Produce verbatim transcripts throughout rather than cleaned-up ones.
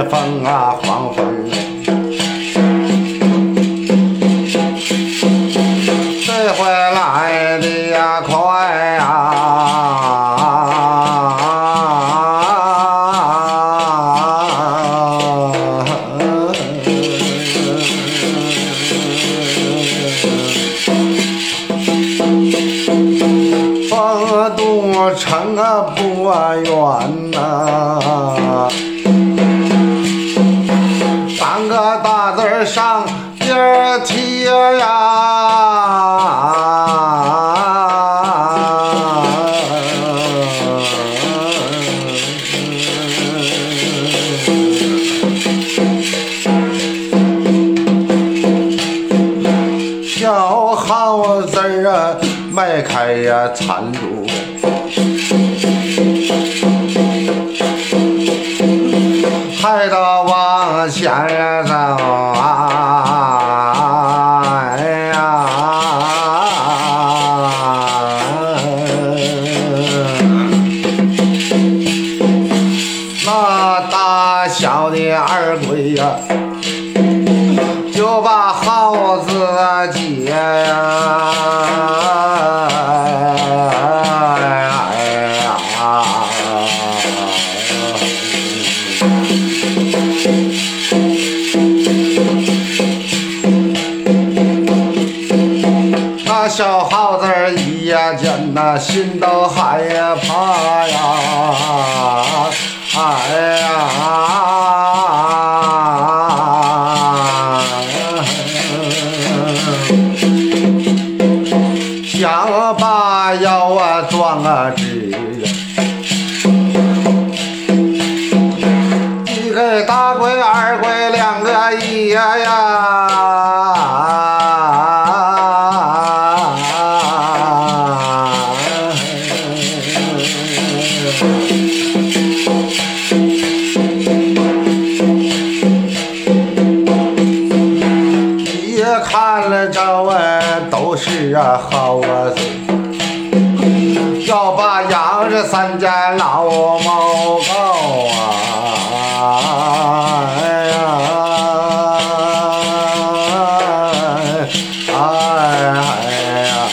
风啊黄风，这回来的呀快呀。丰都城啊不远呐，三个大字上边贴呀，小耗子儿啊迈开呀残路，还得往前走啊！哎呀，那大小的二鬼呀，就把耗子接呀。那小耗子一夜间那心都害怕呀，哎呀，想把腰啊装啊直，一个大鬼二鬼两个一呀呀。看了这位都是啊好啊，要把养着三间老毛狗啊，哎呀，哎呀，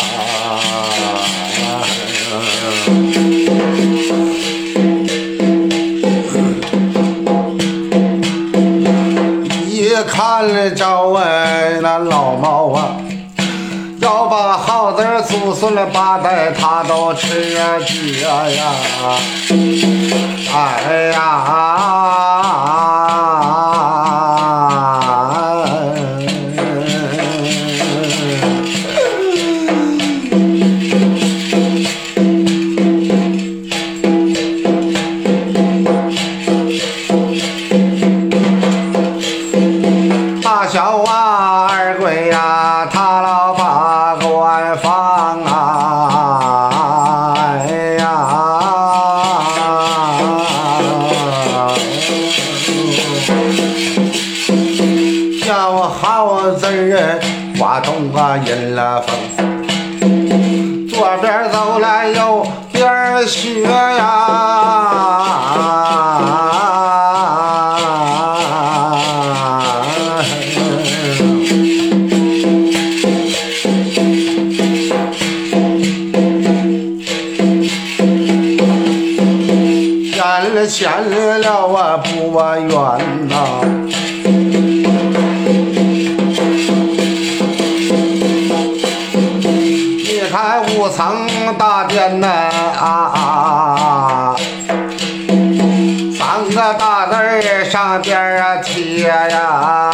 一看了这位那老猫啊，要把耗子祖孙了八代他都吃绝呀，哎呀。大小啊二鬼呀，他老把官放啊，哎呀，小耗子儿挖洞啊引了风，左边走来右边学呀。见了啊不啊远呐，你看五层大殿呐啊，三个大字上边啊贴呀。